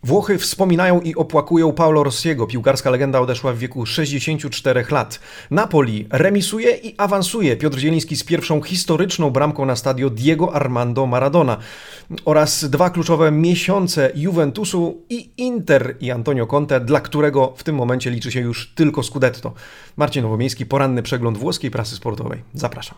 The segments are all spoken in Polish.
Włochy wspominają i opłakują Paolo Rossiego. Piłkarska legenda odeszła w wieku 64 lat. Napoli remisuje i awansuje. Piotr Zieliński z pierwszą historyczną bramką na stadio Diego Armando Maradona. Oraz dwa kluczowe miesiące Juventusu i Inter i Antonio Conte, dla którego w tym momencie liczy się już tylko Scudetto. Marcin Nowomiejski, poranny przegląd włoskiej prasy sportowej. Zapraszam.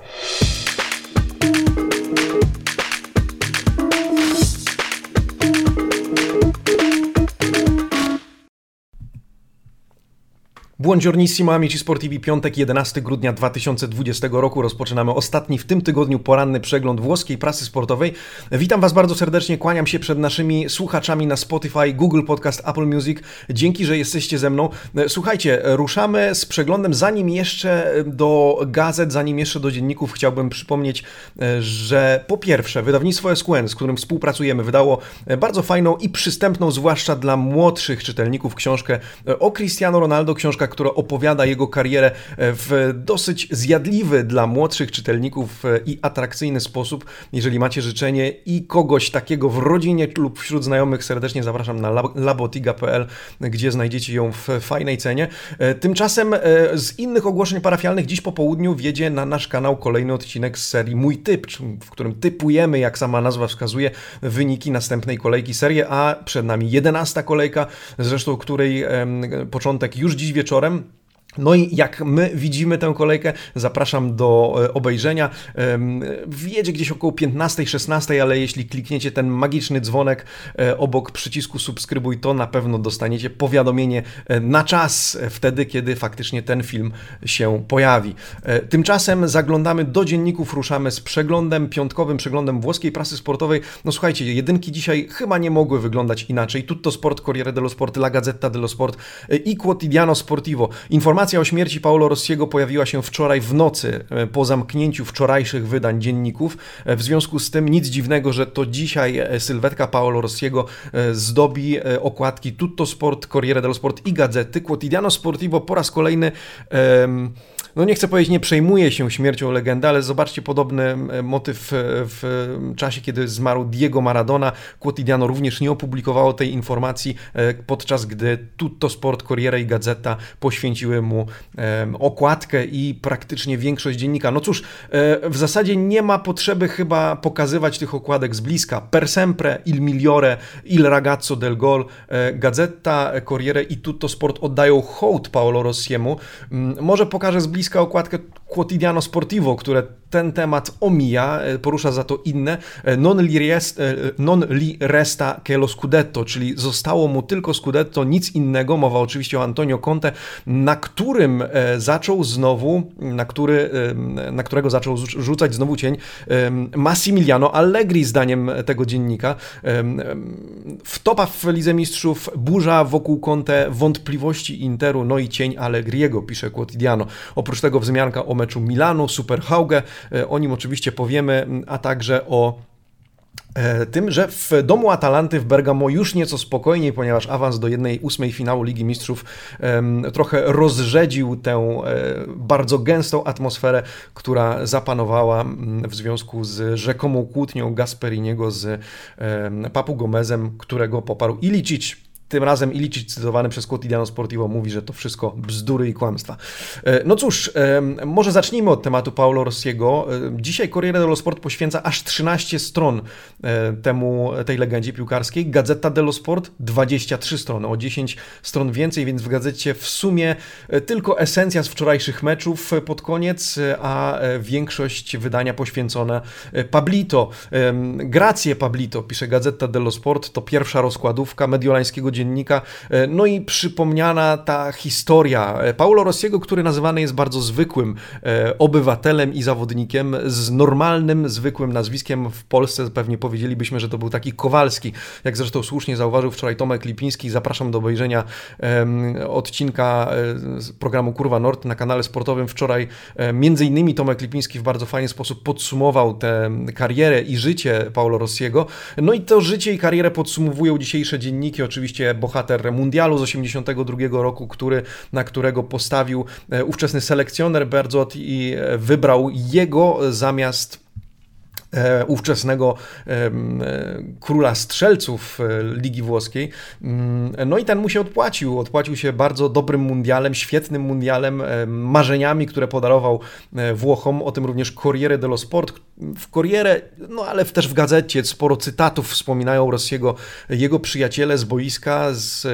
Buongiornissimo amici sportivi, piątek 11 grudnia 2020 roku. Rozpoczynamy ostatni w tym tygodniu poranny przegląd włoskiej prasy sportowej. Witam Was bardzo serdecznie, kłaniam się przed naszymi słuchaczami na Spotify, Google Podcast, Apple Music. Dzięki, że jesteście ze mną. Słuchajcie, ruszamy z przeglądem, zanim jeszcze do gazet, zanim jeszcze do dzienników. Chciałbym przypomnieć, że po pierwsze wydawnictwo SQN, z którym współpracujemy, wydało bardzo fajną i przystępną, zwłaszcza dla młodszych czytelników, książkę o Cristiano Ronaldo, książka, która opowiada jego karierę w dosyć zjadliwy dla młodszych czytelników i atrakcyjny sposób. Jeżeli macie życzenie i kogoś takiego w rodzinie lub wśród znajomych, serdecznie zapraszam na labotiga.pl, gdzie znajdziecie ją w fajnej cenie. Tymczasem z innych ogłoszeń parafialnych dziś po południu wjedzie na nasz kanał kolejny odcinek z serii Mój Typ, w którym typujemy, jak sama nazwa wskazuje, wyniki następnej kolejki Serie A. Przed nami 11. kolejka, zresztą której początek już dziś wieczorem. No i jak my widzimy tę kolejkę, zapraszam do obejrzenia. Wjedzie gdzieś około 15-16, ale jeśli klikniecie ten magiczny dzwonek obok przycisku subskrybuj, to na pewno dostaniecie powiadomienie na czas, wtedy kiedy faktycznie ten film się pojawi. Tymczasem zaglądamy do dzienników, ruszamy z przeglądem, piątkowym przeglądem włoskiej prasy sportowej. No słuchajcie, jedynki dzisiaj chyba nie mogły wyglądać inaczej. Tutto Sport, Corriere dello Sport, La Gazzetta dello Sport i Quotidiano Sportivo. Informacja o śmierci Paolo Rossiego pojawiła się wczoraj w nocy, po zamknięciu wczorajszych wydań dzienników. W związku z tym nic dziwnego, że to dzisiaj sylwetka Paolo Rossiego zdobi okładki Tutto Sport, Corriere dello Sport i Gazety. Quotidiano Sportivo po raz kolejny, no nie chcę powiedzieć, nie przejmuje się śmiercią legendy, ale zobaczcie podobny motyw w czasie, kiedy zmarł Diego Maradona. Quotidiano również nie opublikowało tej informacji, podczas gdy Tutto Sport, Corriere i Gazeta poświęciły mu okładkę i praktycznie większość dziennika. No cóż, w zasadzie nie ma potrzeby chyba pokazywać tych okładek z bliska. Per sempre, il migliore, il ragazzo del gol. Gazeta, Corriere i Tutto Sport oddają hołd Paolo Rossiemu. Może pokażę z bliska okładkę Quotidiano Sportivo, które ten temat omija, porusza za to inne. Non li resta che lo Scudetto, czyli zostało mu tylko Scudetto, nic innego. Mowa oczywiście o Antonio Conte, na którego zaczął rzucać znowu cień Massimiliano Allegri, zdaniem tego dziennika. Wtopa w Lidze Mistrzów, burza wokół Conte, wątpliwości Interu, no i cień Allegriego, pisze Quotidiano. Oprócz tego wzmianka o meczu Milanu, Superhaugę, o nim oczywiście powiemy, a także o tym, że w domu Atalanty w Bergamo już nieco spokojniej, ponieważ awans do 1/8 finału Ligi Mistrzów trochę rozrzedził tę bardzo gęstą atmosferę, która zapanowała w związku z rzekomą kłótnią Gasperiniego z Papu Gomezem, którego poparł Ilicic. Tym razem Ilicic, cytowany przez Quotidiano Sportivo, mówi, że to wszystko bzdury i kłamstwa. No cóż, może zacznijmy od tematu Paolo Rossiego. Dzisiaj Corriere dello Sport poświęca aż 13 stron tej legendzie piłkarskiej. Gazzetta dello Sport 23 strony, o 10 stron więcej, więc w gazecie w sumie tylko esencja z wczorajszych meczów pod koniec, a większość wydania poświęcona Pablito. Grazie Pablito, pisze Gazzetta dello Sport, to pierwsza rozkładówka mediolańskiego dziennika. No i przypomniana ta historia Paolo Rossiego, który nazywany jest bardzo zwykłym obywatelem i zawodnikiem z normalnym, zwykłym nazwiskiem. W Polsce pewnie powiedzielibyśmy, że to był taki Kowalski. Jak zresztą słusznie zauważył wczoraj Tomek Lipiński. Zapraszam do obejrzenia odcinka z programu Kurwa Nord na kanale sportowym. Wczoraj między innymi Tomek Lipiński w bardzo fajny sposób podsumował tę karierę i życie Paolo Rossiego. No i to życie i karierę podsumowują dzisiejsze dzienniki. Oczywiście bohater mundialu z 1982 roku, na którego postawił ówczesny selekcjoner Berzot i wybrał jego zamiast ówczesnego króla strzelców Ligi Włoskiej. No i ten mu się odpłacił. Odpłacił się bardzo dobrym mundialem, świetnym mundialem, marzeniami, które podarował Włochom. O tym również Corriere dello Sport. W Corriere, no ale też w gazecie sporo cytatów wspominają Rossiego, jego przyjaciele z boiska, z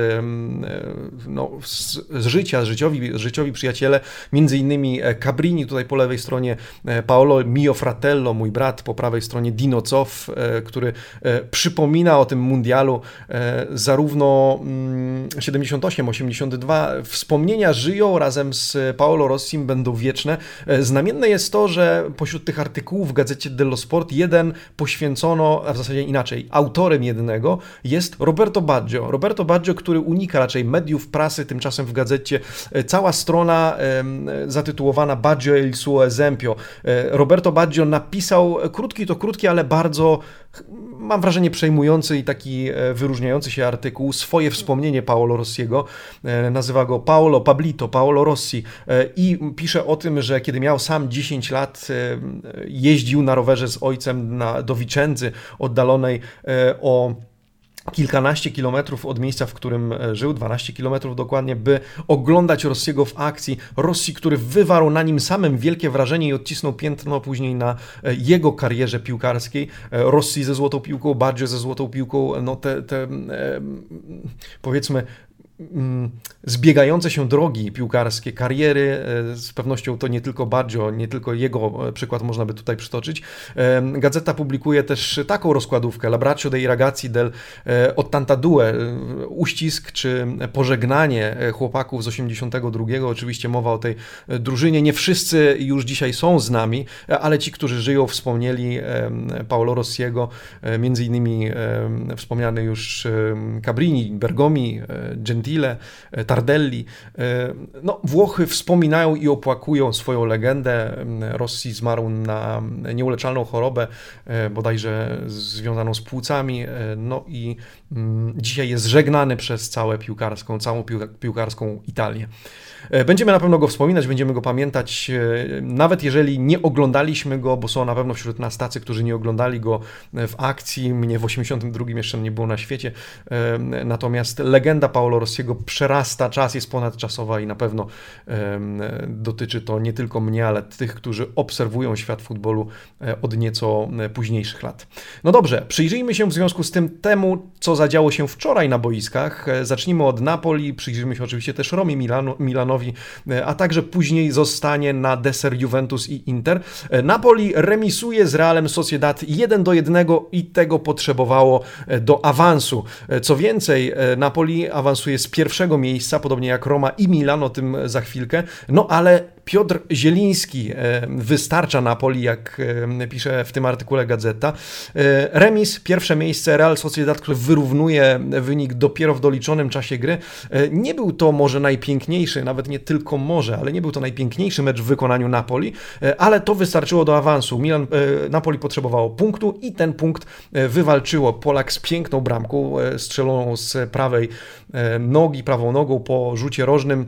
życia, życiowi przyjaciele, między innymi Cabrini, tutaj po lewej stronie Paolo Mio Fratello, mój brat, po prawej stronie Dino Zoff, który przypomina o tym mundialu zarówno 78, 82. Wspomnienia żyją razem z Paolo Rossim, będą wieczne. Znamienne jest to, że pośród tych artykułów w gazecie dello Sport jeden poświęcono, a w zasadzie inaczej, autorem jednego jest Roberto Baggio. Roberto Baggio, który unika raczej mediów, prasy, tymczasem w gazecie cała strona zatytułowana Baggio e il suo esempio. Roberto Baggio napisał krótki, ale bardzo, mam wrażenie, przejmujący i taki wyróżniający się artykuł, swoje wspomnienie Paolo Rossiego. Nazywa go Paolo Rossi i pisze o tym, że kiedy miał sam 10 lat, jeździł na rowerze z ojcem do Vicenzy, oddalonej o kilkanaście kilometrów od miejsca, w którym żył, 12 kilometrów dokładnie, by oglądać Rossiego w akcji. Rossi, który wywarł na nim samym wielkie wrażenie i odcisnął piętno później na jego karierze piłkarskiej. Rossi ze złotą piłką, Baggio ze złotą piłką, no te powiedzmy zbiegające się drogi piłkarskie, kariery, z pewnością to nie tylko Baggio, nie tylko jego przykład można by tutaj przytoczyć. Gazeta publikuje też taką rozkładówkę, L'abbraccio dei ragazzi del Ottantadue, uścisk czy pożegnanie chłopaków z 82. Oczywiście mowa o tej drużynie. Nie wszyscy już dzisiaj są z nami, ale ci, którzy żyją, wspomnieli Paolo Rossiego, między innymi wspomniany już Cabrini, Bergomi, Gentile, Tardelli. No, Włochy wspominają i opłakują swoją legendę. Rossi zmarł na nieuleczalną chorobę, bodajże związaną z płucami, no i dzisiaj jest żegnany przez całą piłkarską Italię. Będziemy na pewno go wspominać, będziemy go pamiętać, nawet jeżeli nie oglądaliśmy go, bo są na pewno wśród nas tacy, którzy nie oglądali go w akcji. Mnie w 82 jeszcze nie było na świecie, natomiast legenda Paolo Rossiego przerasta czas, jest ponadczasowa i na pewno dotyczy to nie tylko mnie, ale tych, którzy obserwują świat futbolu od nieco późniejszych lat. No dobrze, przyjrzyjmy się w związku z tym temu, co zadziało się wczoraj na boiskach. Zacznijmy od Napoli, przyjrzyjmy się oczywiście też Romie Milanowi, a także później zostanie na deser Juventus i Inter. Napoli remisuje z Realem Sociedad 1-1 i tego potrzebowało do awansu. Co więcej, Napoli awansuje z pierwszego miejsca, podobnie jak Roma i Milan, o tym za chwilkę, no ale Piotr Zieliński wystarcza Napoli, jak pisze w tym artykule Gazeta. Remis, pierwsze miejsce, Real Sociedad, który wyrównuje wynik dopiero w doliczonym czasie gry. Nie był to może najpiękniejszy, nawet nie tylko może, ale nie był to najpiękniejszy mecz w wykonaniu Napoli, ale to wystarczyło do awansu. Napoli potrzebowało punktu i ten punkt wywalczyło. Polak z piękną bramką, strzeloną z prawej nogi, prawą nogą po rzucie rożnym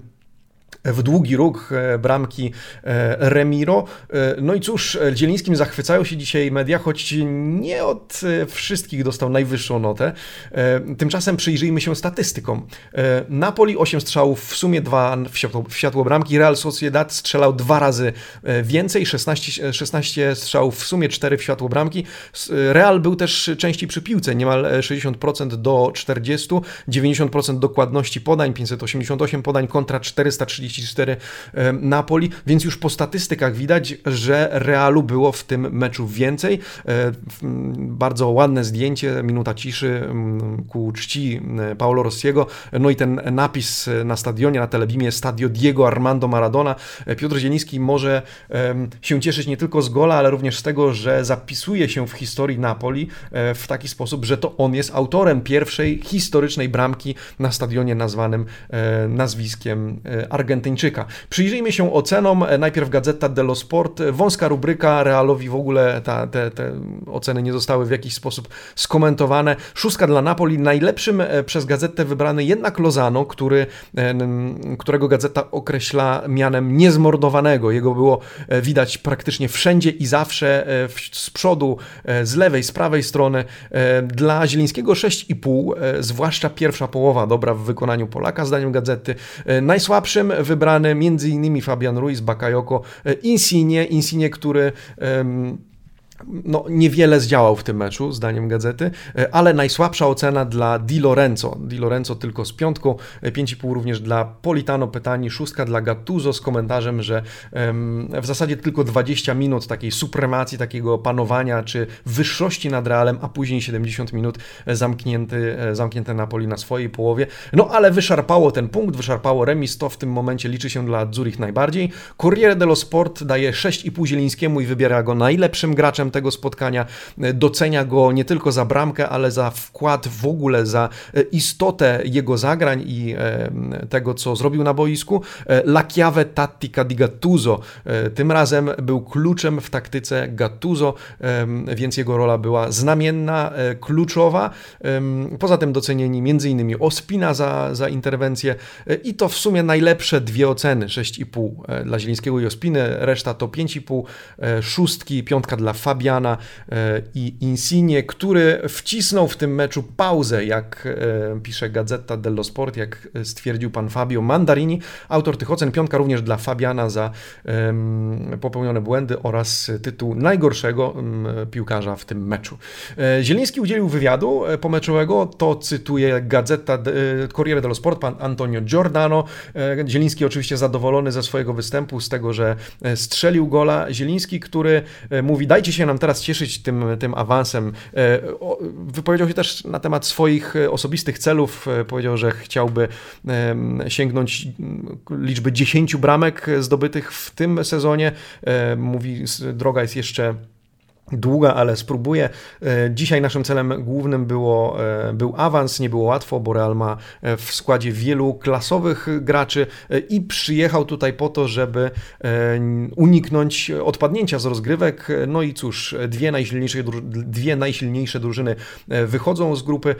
w długi róg bramki Remiro. No i cóż, Zielińskim zachwycają się dzisiaj media, choć nie od wszystkich dostał najwyższą notę. Tymczasem przyjrzyjmy się statystykom. Napoli 8 strzałów, w sumie 2 w światło bramki. Real Sociedad strzelał 2 razy więcej, 16 strzałów, w sumie 4 w światło bramki. Real był też częściej przy piłce, niemal 60% do 40%, 90% dokładności podań, 588 podań kontra 434 Napoli, więc już po statystykach widać, że Realu było w tym meczu więcej. Bardzo ładne zdjęcie, minuta ciszy ku czci Paolo Rossiego, no i ten napis na stadionie, na telebimie Stadio Diego Armando Maradona. Piotr Zieliński może się cieszyć nie tylko z gola, ale również z tego, że zapisuje się w historii Napoli w taki sposób, że to on jest autorem pierwszej historycznej bramki na stadionie nazwanym nazwiskiem Argentyny. Argentyńczyka. Przyjrzyjmy się ocenom. Najpierw Gazzetta dello Sport. Wąska rubryka, Realowi w ogóle te oceny nie zostały w jakiś sposób skomentowane. 6 dla Napoli. Najlepszym przez Gazetę wybrany jednak Lozano, którego Gazeta określa mianem niezmordowanego. Jego było widać praktycznie wszędzie i zawsze, z przodu, z lewej, z prawej strony. Dla Zielińskiego 6,5, zwłaszcza pierwsza połowa dobra w wykonaniu Polaka, zdaniem Gazety. Najsłabszym wybrany m.in. Fabian Ruiz, Bakayoko, Insigne, który niewiele zdziałał w tym meczu, zdaniem Gazety, ale najsłabsza ocena dla Di Lorenzo. Di Lorenzo tylko z 5, 5,5 również dla Politano Petagni, 6 dla Gattuso z komentarzem, że w zasadzie tylko 20 minut takiej supremacji, takiego panowania czy wyższości nad Realem, a później 70 minut zamknięte Napoli na swojej połowie. No ale wyszarpało ten punkt, wyszarpało remis, to w tym momencie liczy się dla Azzurich najbardziej. Corriere dello Sport daje 6,5 Zielińskiemu i wybiera go najlepszym graczem tego spotkania, docenia go nie tylko za bramkę, ale za wkład w ogóle, za istotę jego zagrań i tego, co zrobił na boisku. La chiave tattica di Gattuso. Tym razem był kluczem w taktyce Gattuso, więc jego rola była znamienna, kluczowa. Poza tym docenieni m.in. Ospina za interwencję i to w sumie najlepsze 2 oceny, 6,5 dla Zielińskiego i Ospiny, reszta to 5,5, 6, 5 dla Fabiana i Insigne, który wcisnął w tym meczu pauzę, jak pisze Gazzetta dello Sport, jak stwierdził pan Fabio Mandarini, autor tych ocen. 5 również dla Fabiana za popełnione błędy oraz tytuł najgorszego piłkarza w tym meczu. Zieliński udzielił wywiadu pomeczowego, to cytuję Corriere dello Sport, pan Antonio Giordano. Zieliński oczywiście zadowolony ze swojego występu, z tego, że strzelił gola. Zieliński, który mówi: dajcie się nam teraz cieszyć tym awansem. Wypowiedział się też na temat swoich osobistych celów. Powiedział, że chciałby sięgnąć liczby 10 bramek zdobytych w tym sezonie. Mówi, droga jest jeszcze długa, ale spróbuję. Dzisiaj naszym celem głównym był awans. Nie było łatwo, bo Real ma w składzie wielu klasowych graczy i przyjechał tutaj po to, żeby uniknąć odpadnięcia z rozgrywek. No i cóż, dwie najsilniejsze drużyny wychodzą z grupy.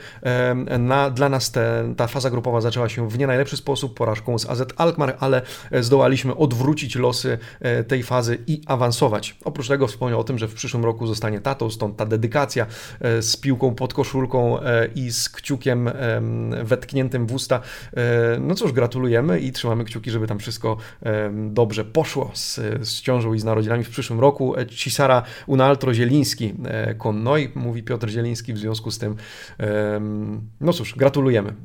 Dla nas ta faza grupowa zaczęła się w nie najlepszy sposób, porażką z AZ Alkmaar, ale zdołaliśmy odwrócić losy tej fazy i awansować. Oprócz tego wspomniał o tym, że w przyszłym roku zostanie tatą, stąd ta dedykacja z piłką pod koszulką i z kciukiem wetkniętym w usta. No cóż, gratulujemy i trzymamy kciuki, żeby tam wszystko dobrze poszło z ciążą i z narodzinami w przyszłym roku. Ci sarà un altro Zieliński con noi, mówi Piotr Zieliński, w związku z tym no cóż, gratulujemy.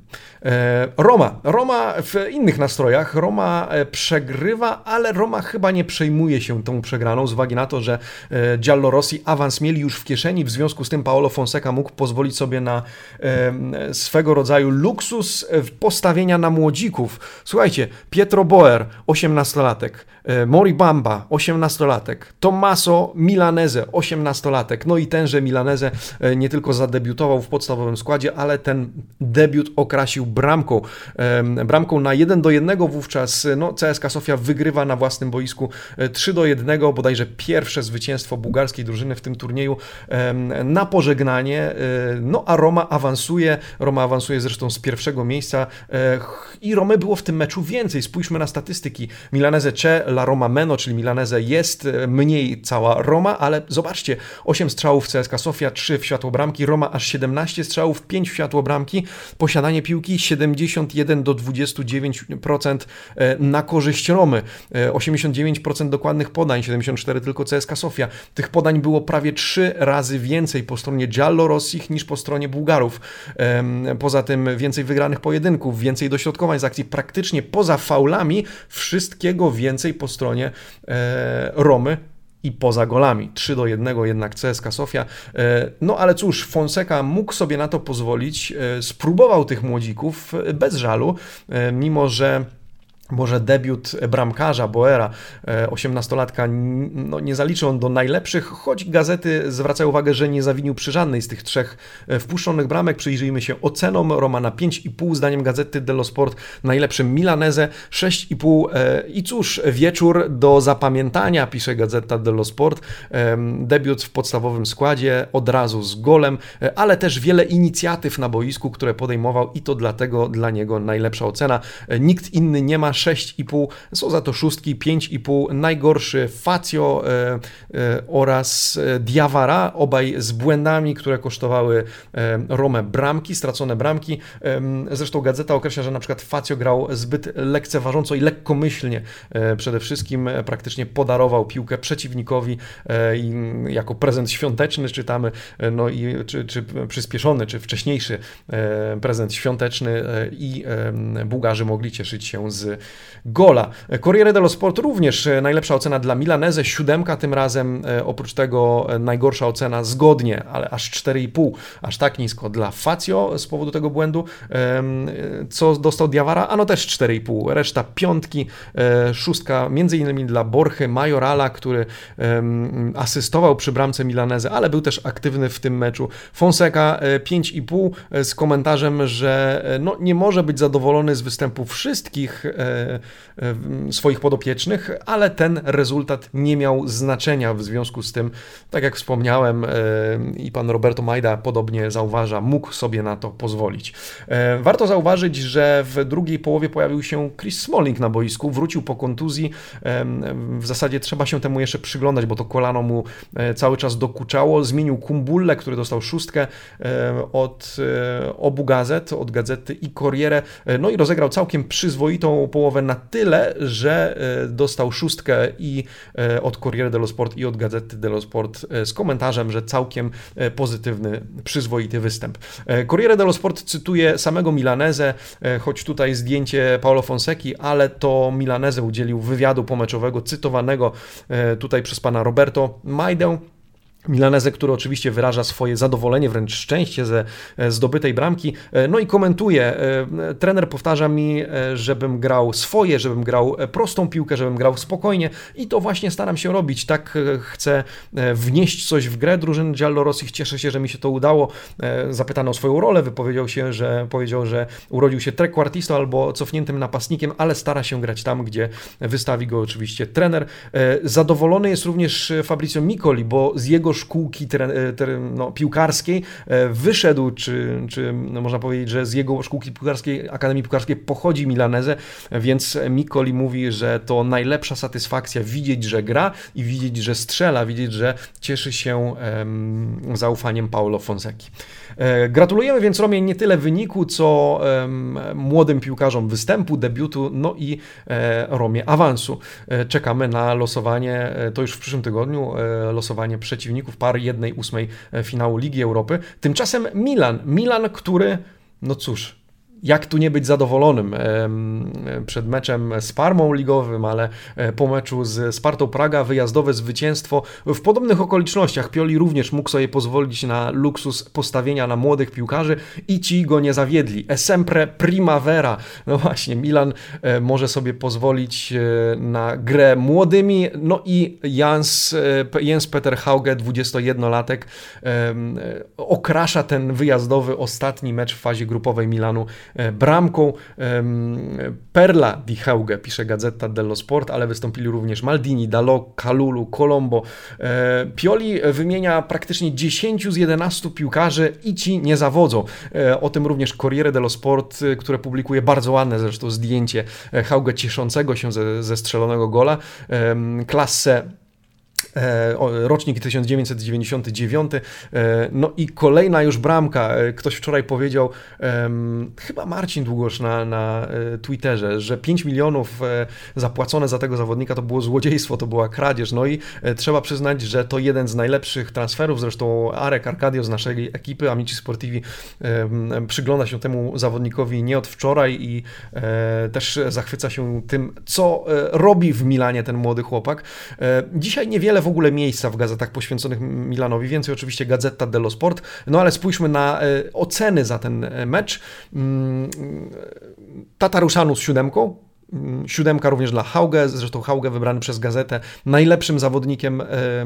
Roma w innych nastrojach. Roma przegrywa, ale Roma chyba nie przejmuje się tą przegraną z uwagi na to, że Giallorossi awans mieli już w kieszeni, w związku z tym Paolo Fonseca mógł pozwolić sobie na swego rodzaju luksus postawienia na młodzików. Słuchajcie, Pietro Boer, 18-latek, Mori Bamba, 18-latek, Tommaso Milanese, 18-latek, no i tenże Milanese nie tylko zadebiutował w podstawowym składzie, ale ten debiut okrasił bramką. Bramką na 1-1 wówczas CSKA Sofia wygrywa na własnym boisku 3-1, bodajże pierwsze zwycięstwo bułgarskiej drużyny w tym turnieju na pożegnanie, no a Roma awansuje zresztą z pierwszego miejsca i Romy było w tym meczu więcej. Spójrzmy na statystyki. Milanese c'è, la Roma meno, czyli Milanese jest, mniej cała Roma, ale zobaczcie, 8 strzałów CSKA Sofia, 3 w światło bramki, Roma aż 17 strzałów, 5 w światło bramki, posiadanie piłki 71-29% na korzyść Romy, 89% dokładnych podań, 74 tylko CSKA Sofia. Tych podań było prawie 3 razy więcej po stronie Giallorossich niż po stronie Bułgarów. Poza tym więcej wygranych pojedynków, więcej dośrodkowań z akcji, praktycznie poza faulami wszystkiego więcej po stronie Romy i poza golami. 3-1 jednak CSKA Sofia. No ale cóż, Fonseca mógł sobie na to pozwolić, spróbował tych młodzików bez żalu, mimo że Może debiut bramkarza Boera, 18-latka, no nie zaliczy on do najlepszych, choć gazety zwracają uwagę, że nie zawinił przy żadnej z tych 3 wpuszczonych bramek. Przyjrzyjmy się ocenom Romana 5,5 zdaniem gazety dello Sport, najlepszym Milanese 6,5 i cóż, wieczór do zapamiętania, pisze gazeta dello Sport. Debiut w podstawowym składzie, od razu z golem, ale też wiele inicjatyw na boisku, które podejmował i to dlatego dla niego najlepsza ocena. Nikt inny nie ma 6,5, są za to 6, 5,5, najgorszy Fazio oraz Diawara, obaj z błędami, które kosztowały Romę bramki, stracone bramki. Zresztą gazeta określa, że na przykład Fazio grał zbyt lekceważąco i lekkomyślnie. Przede wszystkim praktycznie podarował piłkę przeciwnikowi i jako prezent świąteczny czytamy, no i czy przyspieszony, czy wcześniejszy prezent świąteczny i Bułgarzy mogli cieszyć się z gola. Corriere dello Sport również najlepsza ocena dla Milanese, 7 tym razem, oprócz tego najgorsza ocena zgodnie, ale aż 4,5, aż tak nisko dla Fazio z powodu tego błędu. Co dostał Diawara? Ano też 4,5, reszta 5, 6 między innymi dla Borchy Majorala, który asystował przy bramce Milanese, ale był też aktywny w tym meczu. Fonseca 5,5 z komentarzem, że no, nie może być zadowolony z występu wszystkich swoich podopiecznych, ale ten rezultat nie miał znaczenia w związku z tym, tak jak wspomniałem i pan Roberto Maida podobnie zauważa, mógł sobie na to pozwolić. Warto zauważyć, że w drugiej połowie pojawił się Chris Smalling na boisku, wrócił po kontuzji, w zasadzie trzeba się temu jeszcze przyglądać, bo to kolano mu cały czas dokuczało, zmienił Kumbulle, który dostał 6 od obu gazet, od Gazety i Corriere, no i rozegrał całkiem przyzwoitą połowę na tyle, że dostał 6 i od Corriere dello Sport i od Gazety dello Sport z komentarzem, że całkiem pozytywny, przyzwoity występ. Corriere dello Sport cytuje samego Milanese, choć tutaj zdjęcie Paolo Fonseki, ale to Milanese udzielił wywiadu pomeczowego cytowanego tutaj przez pana Roberto Maidę. Milanese, który oczywiście wyraża swoje zadowolenie, wręcz szczęście ze zdobytej bramki. No i komentuje, trener powtarza mi, żebym grał swoje, żebym grał prostą piłkę, żebym grał spokojnie i to właśnie staram się robić. Tak chcę wnieść coś w grę drużyny Giallorossich. Cieszę się, że mi się to udało. Zapytano o swoją rolę, powiedział, że urodził się trequartistą albo cofniętym napastnikiem, ale stara się grać tam, gdzie wystawi go oczywiście trener. Zadowolony jest również Fabrizio Micoli, bo z jego szkółki piłkarskiej wyszedł, czy można powiedzieć, że z jego szkółki piłkarskiej, Akademii Piłkarskiej pochodzi Milanese, więc Micoli mówi, że to najlepsza satysfakcja widzieć, że gra i widzieć, że strzela, widzieć, że cieszy się zaufaniem Paolo Fonseki. Gratulujemy więc Romie nie tyle wyniku, co młodym piłkarzom występu, debiutu, no i Romie awansu. Czekamy na losowanie, to już w przyszłym tygodniu, losowanie przeciwników par 1/8 finału Ligi Europy. Tymczasem Milan, który, no cóż, jak tu nie być zadowolonym przed meczem z Parmą ligowym, ale po meczu z Spartą Praga wyjazdowe zwycięstwo w podobnych okolicznościach. Pioli również mógł sobie pozwolić na luksus postawienia na młodych piłkarzy i ci go nie zawiedli. Sempre primavera. No właśnie, Milan może sobie pozwolić na grę młodymi, no i Jens Peter Hauge, 21-latek, okrasza ten wyjazdowy ostatni mecz w fazie grupowej Milanu bramką. Perla di Hauge, pisze Gazeta dello Sport, ale wystąpili również Maldini, Dalot, Kalulu, Colombo. Pioli wymienia praktycznie 10 z 11 piłkarzy i ci nie zawodzą. O tym również Corriere dello Sport, które publikuje bardzo ładne zresztą zdjęcie Hauge cieszącego się ze strzelonego gola. Klasse rocznik 1999, no i kolejna już bramka. Ktoś wczoraj powiedział, chyba Marcin Długosz na Twitterze, że 5 milionów zapłacone za tego zawodnika to było złodziejstwo, to była kradzież. No i trzeba przyznać, że to jeden z najlepszych transferów. Zresztą Arek Arkadio z naszej ekipy Amici Sportivi przygląda się temu zawodnikowi nie od wczoraj i też zachwyca się tym, co robi w Milanie ten młody chłopak. Dzisiaj niewiele w ogóle miejsca w gazetach poświęconych Milanowi, więcej oczywiście Gazeta dello Sport, no ale spójrzmy na oceny za ten mecz. Tataruszanu z 7, 7 również dla Hauge, zresztą Hauge wybrany przez gazetę najlepszym zawodnikiem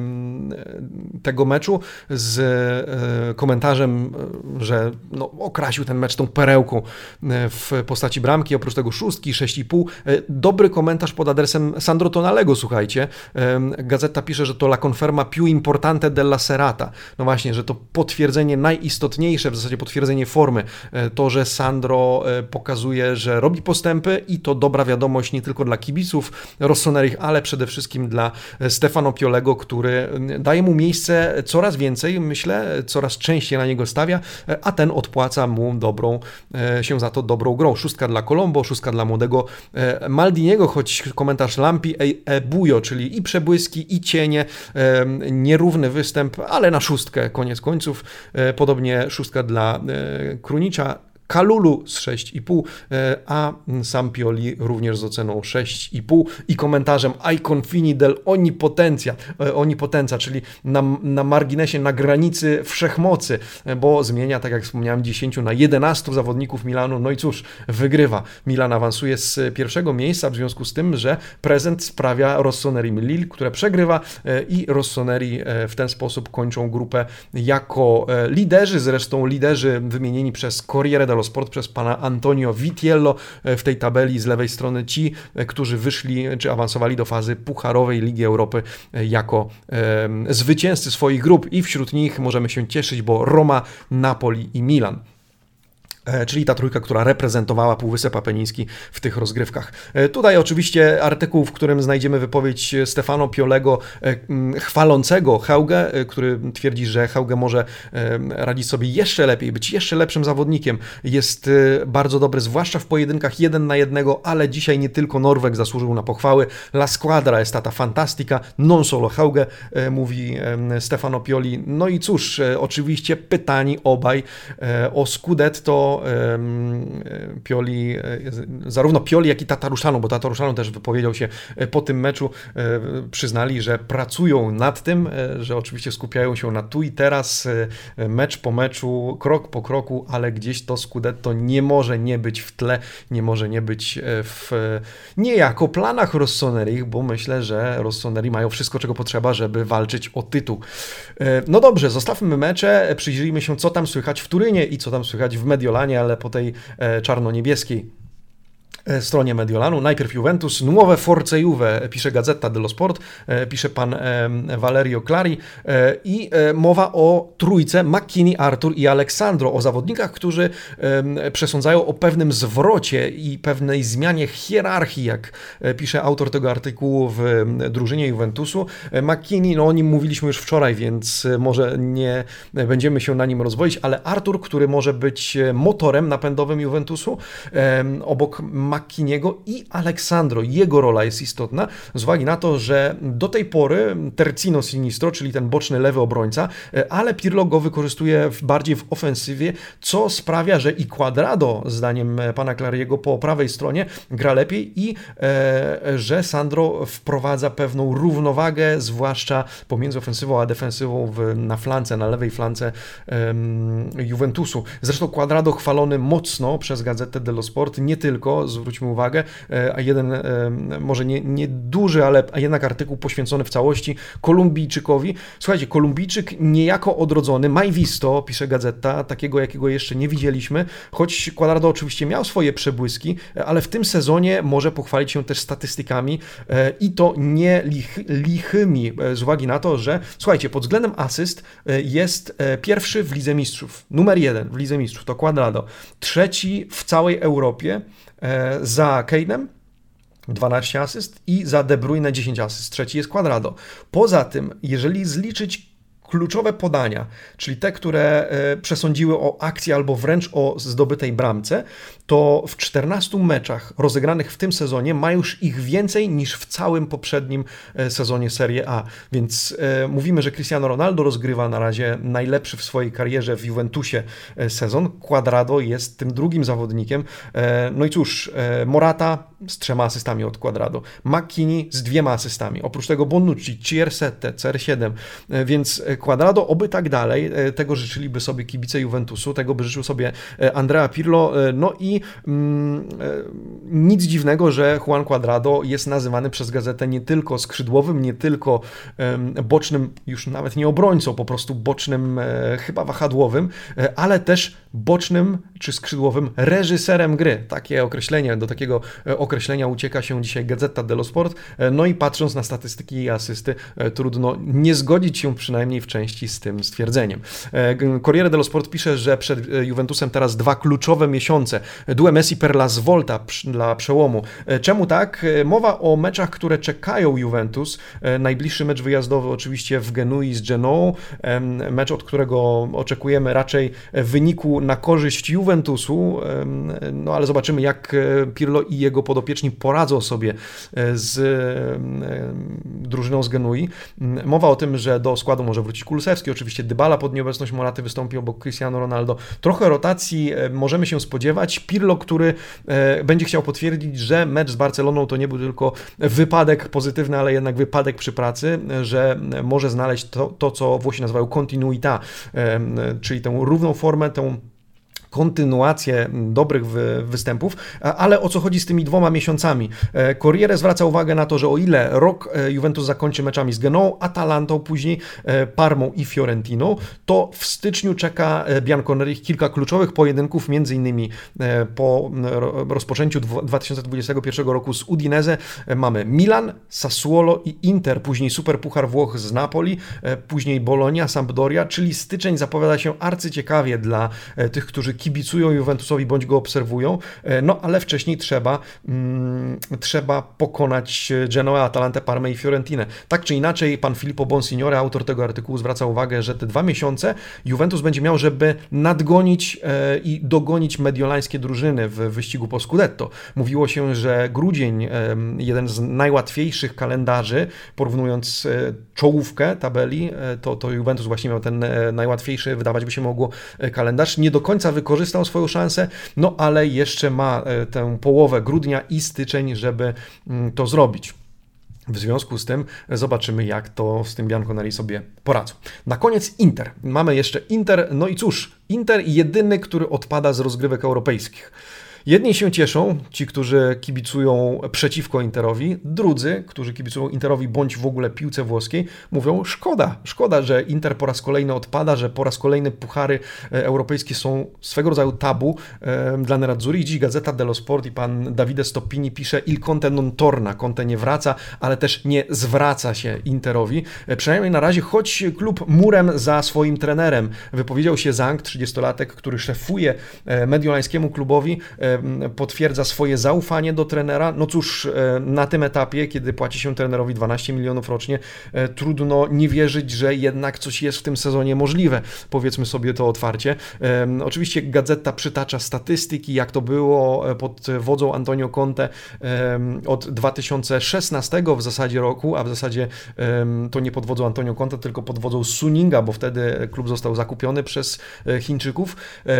tego meczu z komentarzem, że okrasił ten mecz tą perełką w postaci bramki, oprócz tego 6,5. Dobry komentarz pod adresem Sandro Tonalego, słuchajcie. Gazeta pisze, że to la conferma più importante della serata. No właśnie, że to potwierdzenie najistotniejsze, w zasadzie potwierdzenie formy, to, że Sandro pokazuje, że robi postępy i to dobra wiadomość nie tylko dla kibiców Rossonerich, ale przede wszystkim dla Stefano Piolego, który daje mu miejsce coraz więcej, myślę, coraz częściej na niego stawia, a ten odpłaca mu się za to dobrą grą. 6 dla Colombo, 6 dla młodego Maldiniego, choć komentarz Lampi e Bujo, czyli i przebłyski, i cienie, nierówny występ, ale na 6 koniec końców. Podobnie 6 dla Krunicza, Kalulu z 6,5, a sam Pioli również z oceną 6,5 i komentarzem I confini del onnipotenza, czyli na marginesie, na granicy wszechmocy, bo zmienia, tak jak wspomniałem, 10 na 11 zawodników Milanu, no i cóż, wygrywa. Milan awansuje z pierwszego miejsca w związku z tym, że prezent sprawia Rossoneri Lille, które przegrywa i Rossoneri w ten sposób kończą grupę jako liderzy, zresztą liderzy wymienieni przez Corriere dello Sport, przez pana Antonio Vitiello w tej tabeli z lewej strony, ci, którzy wyszli czy awansowali do fazy pucharowej Ligi Europy jako zwycięzcy swoich grup i wśród nich możemy się cieszyć, bo Roma, Napoli i Milan. Czyli ta trójka, która reprezentowała Półwysep Apeniński w tych rozgrywkach. Tutaj oczywiście artykuł, w którym znajdziemy wypowiedź Stefano Piolego chwalącego Hauge, który twierdzi, że Hauge może radzić sobie jeszcze lepiej, być jeszcze lepszym zawodnikiem. Jest bardzo dobry, zwłaszcza w pojedynkach 1 na 1, ale dzisiaj nie tylko Norweg zasłużył na pochwały. La squadra è stata fantastica, non solo Hauge, mówi Stefano Pioli. No i cóż, oczywiście pytani obaj o Scudetto Pioli, zarówno Pioli, jak i Tataruszanu, bo Tataruszanu też wypowiedział się po tym meczu, przyznali, że pracują nad tym, że oczywiście skupiają się na tu i teraz, mecz po meczu, krok po kroku, ale gdzieś to Scudetto nie może nie być w tle, nie może nie być w niejako planach Rossonerich, bo myślę, że Rossoneri mają wszystko, czego potrzeba, żeby walczyć o tytuł. No dobrze, zostawmy mecze, przyjrzyjmy się, co tam słychać w Turynie i co tam słychać w Mediolanie, ale po tej czarno-niebieskiej stronie Mediolanu. Najpierw Juventus, nuove forze Juve, pisze Gazzetta dello Sport, pisze pan Valerio Clari i mowa o trójce McKennie, Arthur i Alexandro, o zawodnikach, którzy przesądzają o pewnym zwrocie i pewnej zmianie hierarchii, jak pisze autor tego artykułu w drużynie Juventusu. McKennie, o nim mówiliśmy już wczoraj, więc może nie będziemy się na nim rozwodzić, ale Arthur, który może być motorem napędowym Juventusu, obok McKenniego i Alexandro. Jego rola jest istotna z uwagi na to, że do tej pory terzino sinistro, czyli ten boczny lewy obrońca, ale Pirlo go wykorzystuje bardziej w ofensywie, co sprawia, że i Cuadrado, zdaniem pana Clariego, po prawej stronie gra lepiej i że Sandro wprowadza pewną równowagę, zwłaszcza pomiędzy ofensywą a defensywą na flance, na lewej flance Juventusu. Zresztą Cuadrado chwalony mocno przez Gazetę dello Sport, nie tylko, zwróćmy uwagę, a jeden, może nie duży, ale jednak artykuł poświęcony w całości Kolumbijczykowi. Słuchajcie, Kolumbijczyk niejako odrodzony, mai visto, pisze Gazeta, takiego jakiego jeszcze nie widzieliśmy, choć Cuadrado oczywiście miał swoje przebłyski, ale w tym sezonie może pochwalić się też statystykami i to nie lichymi, z uwagi na to, że słuchajcie, pod względem asyst jest pierwszy w Lidze Mistrzów, numer 1 w Lidze Mistrzów to Cuadrado, trzeci w całej Europie za Kane'em 12 asyst i za De Bruyne 10 asyst. Trzeci jest Cuadrado. Poza tym, jeżeli zliczyć kluczowe podania, czyli te, które przesądziły o akcji albo wręcz o zdobytej bramce, to w 14 meczach rozegranych w tym sezonie ma już ich więcej niż w całym poprzednim sezonie Serie A. Więc mówimy, że Cristiano Ronaldo rozgrywa na razie najlepszy w swojej karierze w Juventusie sezon. Cuadrado jest tym drugim zawodnikiem. No i cóż, Morata z 3 asystami od Cuadrado, McKennie z 2 asystami, oprócz tego Bonucci, CR7, CR7, więc Cuadrado oby tak dalej, tego życzyliby sobie kibice Juventusu, tego by życzył sobie Andrea Pirlo, no i nic dziwnego, że Juan Cuadrado jest nazywany przez gazetę nie tylko skrzydłowym, nie tylko bocznym, już nawet nie obrońcą, po prostu bocznym, chyba wahadłowym, ale też bocznym czy skrzydłowym reżyserem gry. Takie określenie, do takiego określenia ucieka się dzisiaj Gazzetta dello Sport. No i patrząc na statystyki i asysty, trudno nie zgodzić się przynajmniej w części z tym stwierdzeniem. Corriere dello Sport pisze, że przed Juventusem teraz 2 kluczowe miesiące. Due Messi per la svolta dla przełomu. Czemu tak? Mowa o meczach, które czekają Juventus. Najbliższy mecz wyjazdowy oczywiście w Genui z Genoą. Mecz, od którego oczekujemy raczej wyniku na korzyść Juventusu. No ale zobaczymy, jak Pirlo i jego podopieczni poradzą sobie z drużyną z Genui. Mowa o tym, że do składu może wrócić Kulusewski, oczywiście Dybala pod nieobecność Moraty wystąpi obok Cristiano Ronaldo. Trochę rotacji możemy się spodziewać. Pirlo, który będzie chciał potwierdzić, że mecz z Barceloną to nie był tylko wypadek pozytywny, ale jednak wypadek przy pracy, że może znaleźć to co Włosi nazywają continuità, czyli tę równą formę, tę kontynuację dobrych występów, ale o co chodzi z tymi 2 miesiącami? Corriere zwraca uwagę na to, że o ile rok Juventus zakończy meczami z Genoą, Atalantą, później Parmą i Fiorentiną, to w styczniu czeka Bianconeri kilka kluczowych pojedynków, między innymi po rozpoczęciu 2021 roku z Udinese mamy Milan, Sassuolo i Inter, później Superpuchar Włoch z Napoli, później Bologna, Sampdoria, czyli styczeń zapowiada się arcyciekawie dla tych, którzy kibicują Juventusowi bądź go obserwują, no ale wcześniej trzeba pokonać Genoę, Atalantę, Parmę i Fiorentinę. Tak czy inaczej, pan Filippo Bonsignore, autor tego artykułu, zwraca uwagę, że te 2 miesiące Juventus będzie miał, żeby nadgonić i dogonić mediolańskie drużyny w wyścigu po Scudetto. Mówiło się, że grudzień, jeden z najłatwiejszych kalendarzy, porównując czołówkę tabeli, to Juventus właśnie miał ten najłatwiejszy, wydawać by się mogło, kalendarz. Nie do końca wykorzystał swoją szansę, no ale jeszcze ma tę połowę grudnia i styczeń, żeby to zrobić. W związku z tym zobaczymy, jak to z tym Bianconeri sobie poradzą. Na koniec Inter. Mamy jeszcze Inter, no i cóż, Inter jedyny, który odpada z rozgrywek europejskich. Jedni się cieszą, ci, którzy kibicują przeciwko Interowi, drudzy, którzy kibicują Interowi bądź w ogóle piłce włoskiej, mówią szkoda, że Inter po raz kolejny odpada, że po raz kolejny puchary europejskie są swego rodzaju tabu dla Nerazzurri. Dziś Gazzetta dello Sport i pan Davide Stoppini pisze: Il Conte non torna, Conte nie wraca, ale też nie zwraca się Interowi. Przynajmniej na razie, choć klub murem za swoim trenerem. Wypowiedział się Zhang, 30-latek, który szefuje mediolańskiemu klubowi, potwierdza swoje zaufanie do trenera. No cóż, na tym etapie, kiedy płaci się trenerowi 12 milionów rocznie, trudno nie wierzyć, że jednak coś jest w tym sezonie możliwe. Powiedzmy sobie to otwarcie. Oczywiście gazeta przytacza statystyki, jak to było pod wodzą Antonio Conte od 2016 w zasadzie roku, a w zasadzie to nie pod wodzą Antonio Conte, tylko pod wodzą Suninga, bo wtedy klub został zakupiony przez Chińczyków.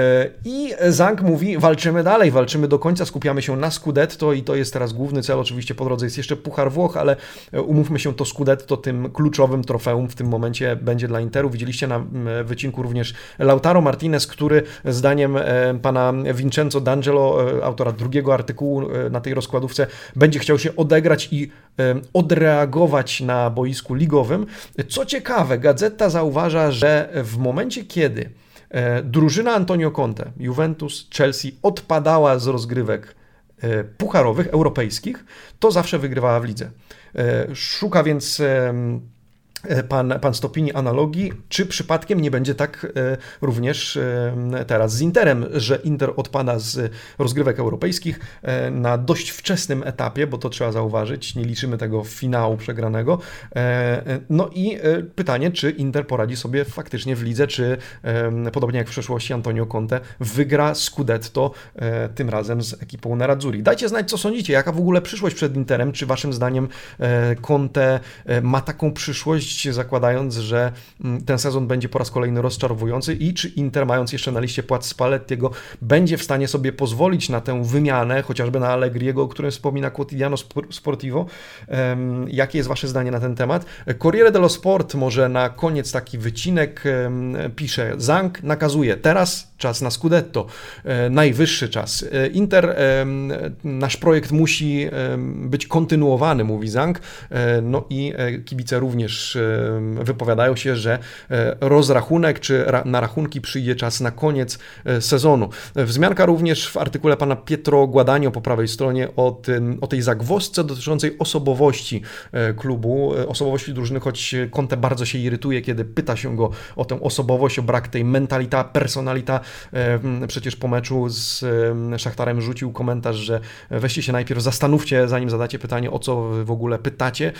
I Zhang mówi: walczymy dalej, walczymy do końca, skupiamy się na Scudetto i to jest teraz główny cel. Oczywiście po drodze jest jeszcze Puchar Włoch, ale umówmy się, to Scudetto tym kluczowym trofeum w tym momencie będzie dla Interu. Widzieliście na wycinku również Lautaro Martinez, który zdaniem pana Vincenzo D'Angelo, autora drugiego artykułu na tej rozkładówce, będzie chciał się odegrać i odreagować na boisku ligowym. Co ciekawe, gazeta zauważa, że w momencie, kiedy drużyna Antonio Conte, Juventus, Chelsea odpadała z rozgrywek pucharowych, europejskich, to zawsze wygrywała w lidze. Szuka więc pan Stoppini analogii, czy przypadkiem nie będzie tak również teraz z Interem, że Inter odpada z rozgrywek europejskich na dość wczesnym etapie, bo to trzeba zauważyć, nie liczymy tego finału przegranego. No i pytanie, czy Inter poradzi sobie faktycznie w lidze, czy podobnie jak w przeszłości Antonio Conte wygra Scudetto tym razem z ekipą Nerazzurri. Dajcie znać, co sądzicie, jaka w ogóle przyszłość przed Interem, czy waszym zdaniem Conte ma taką przyszłość, pójść zakładając, że ten sezon będzie po raz kolejny rozczarowujący i czy Inter, mając jeszcze na liście płac Spallettiego, będzie w stanie sobie pozwolić na tę wymianę, chociażby na Allegriego, o którym wspomina Quotidiano Sportivo. Jakie jest wasze zdanie na ten temat? Corriere dello Sport może na koniec taki wycinek pisze: Zhang nakazuje, teraz czas na Scudetto, najwyższy czas. Inter, nasz projekt musi być kontynuowany, mówi Zhang, no i kibice również wypowiadają się, że rozrachunek czy na rachunki przyjdzie czas na koniec sezonu. Wzmianka również w artykule pana Pietro Guadagno po prawej stronie o tej zagwozdce dotyczącej osobowości klubu, osobowości drużyny, choć Conte bardzo się irytuje, kiedy pyta się go o tę osobowość, o brak tej mentalita, personalita. Przecież po meczu z Szachtarem rzucił komentarz, że weźcie się najpierw zastanówcie, zanim zadacie pytanie, o co w ogóle pytacie,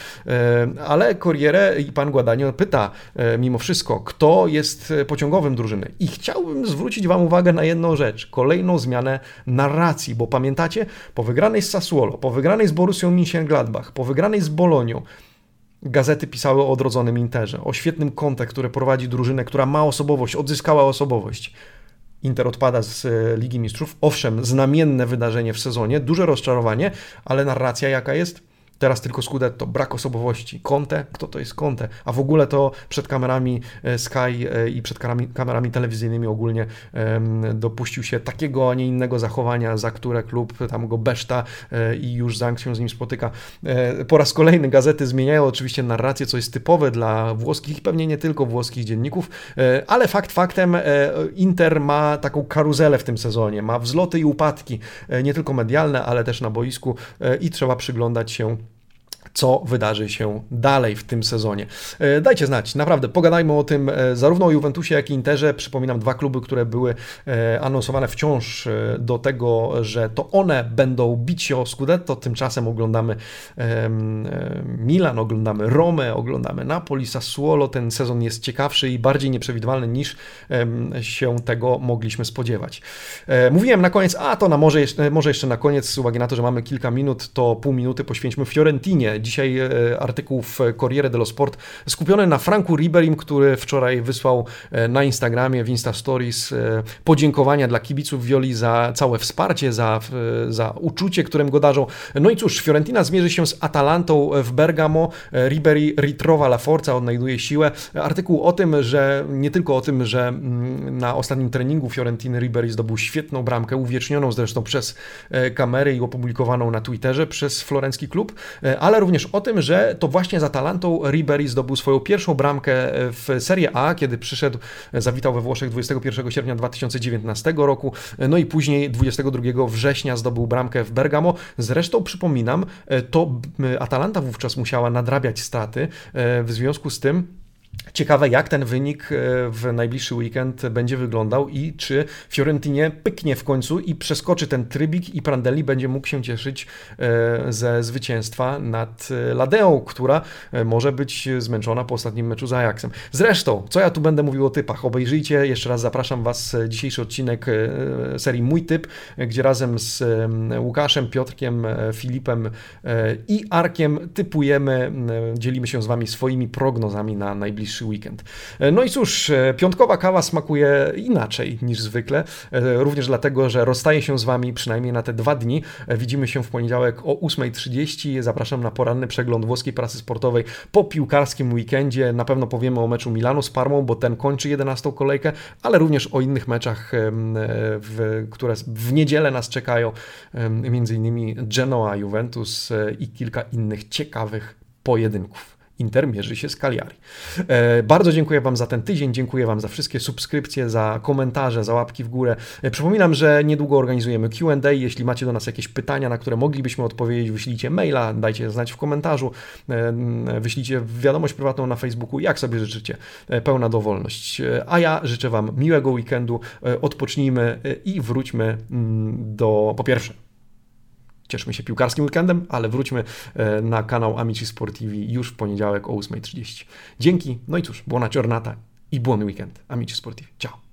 ale Corriere i pan Guadagno pyta mimo wszystko, kto jest pociągowym drużyny. I chciałbym zwrócić wam uwagę na jedną rzecz, kolejną zmianę narracji, bo pamiętacie, po wygranej z Sassuolo, po wygranej z Borussią Mönchengladbach, po wygranej z Bolonią, gazety pisały o odrodzonym Interze, o świetnym Conte, który prowadzi drużynę, która ma osobowość, odzyskała osobowość. Inter odpada z Ligi Mistrzów. Owszem, znamienne wydarzenie w sezonie, duże rozczarowanie, ale narracja jaka jest? Teraz tylko Scudetto, brak osobowości. Conte? Kto to jest Conte? A w ogóle to przed kamerami Sky i przed kamerami telewizyjnymi ogólnie dopuścił się takiego, a nie innego zachowania, za które klub tam go beszta i już Zhang się z nim spotyka. Po raz kolejny gazety zmieniają oczywiście narrację, co jest typowe dla włoskich i pewnie nie tylko włoskich dzienników, ale fakt faktem, Inter ma taką karuzelę w tym sezonie, ma wzloty i upadki, nie tylko medialne, ale też na boisku i trzeba przyglądać się, co wydarzy się dalej w tym sezonie. Dajcie znać, naprawdę, pogadajmy o tym zarówno o Juventusie, jak i Interze. Przypominam, dwa kluby, które były anonsowane wciąż do tego, że to one będą bić się o Scudetto. Tymczasem oglądamy Milan, oglądamy Romę, oglądamy Napoli, Sassuolo. Ten sezon jest ciekawszy i bardziej nieprzewidywalny niż się tego mogliśmy spodziewać. Mówiłem na koniec, może jeszcze na koniec, z uwagi na to, że mamy kilka minut, to pół minuty poświęćmy Fiorentinie. Dzisiaj artykuł w Corriere dello Sport skupiony na Franku Riberim, który wczoraj wysłał na Instagramie, w Insta Stories podziękowania dla kibiców Violi za całe wsparcie, za uczucie, którym go darzą. No i cóż, Fiorentina zmierzy się z Atalantą w Bergamo. Ribery ritrova la forza, odnajduje siłę. Artykuł o tym, że nie tylko o tym, że na ostatnim treningu Fiorentiny Ribery zdobył świetną bramkę, uwiecznioną zresztą przez kamery i opublikowaną na Twitterze przez florencki klub, ale również o tym, że to właśnie z Atalantą Ribery zdobył swoją pierwszą bramkę w Serie A, kiedy zawitał we Włoszech 21 sierpnia 2019 roku, no i później 22 września zdobył bramkę w Bergamo. Zresztą przypominam, to Atalanta wówczas musiała nadrabiać straty, w związku z tym ciekawe, jak ten wynik w najbliższy weekend będzie wyglądał i czy Fiorentinie pyknie w końcu i przeskoczy ten trybik i Prandelli będzie mógł się cieszyć ze zwycięstwa nad Ladeą, która może być zmęczona po ostatnim meczu z Ajaxem. Zresztą, co ja tu będę mówił o typach? Obejrzyjcie, jeszcze raz zapraszam Was, dzisiejszy odcinek serii Mój Typ, gdzie razem z Łukaszem, Piotrkiem, Filipem i Arkiem typujemy, dzielimy się z Wami swoimi prognozami na najbliższy weekend. No i cóż, piątkowa kawa smakuje inaczej niż zwykle, również dlatego, że rozstaję się z Wami przynajmniej na te 2 dni. Widzimy się w poniedziałek o 8:30. Zapraszam na poranny przegląd włoskiej prasy sportowej po piłkarskim weekendzie. Na pewno powiemy o meczu Milanu z Parmą, bo ten kończy 11. kolejkę, ale również o innych meczach, które w niedzielę nas czekają, m.in. Genoa, Juventus i kilka innych ciekawych pojedynków. Inter mierzy się z Cagliari. Bardzo dziękuję Wam za ten tydzień, dziękuję Wam za wszystkie subskrypcje, za komentarze, za łapki w górę. Przypominam, że niedługo organizujemy Q&A. Jeśli macie do nas jakieś pytania, na które moglibyśmy odpowiedzieć, wyślijcie maila, dajcie znać w komentarzu, wyślijcie wiadomość prywatną na Facebooku, jak sobie życzycie. Pełna dowolność. A ja życzę Wam miłego weekendu, odpocznijmy i wróćmy po pierwsze, cieszmy się piłkarskim weekendem, ale wróćmy na kanał Amici Sportivi już w poniedziałek o 8:30. Dzięki, no i cóż, buona giornata i buon weekend. Amici Sportivi. Ciao.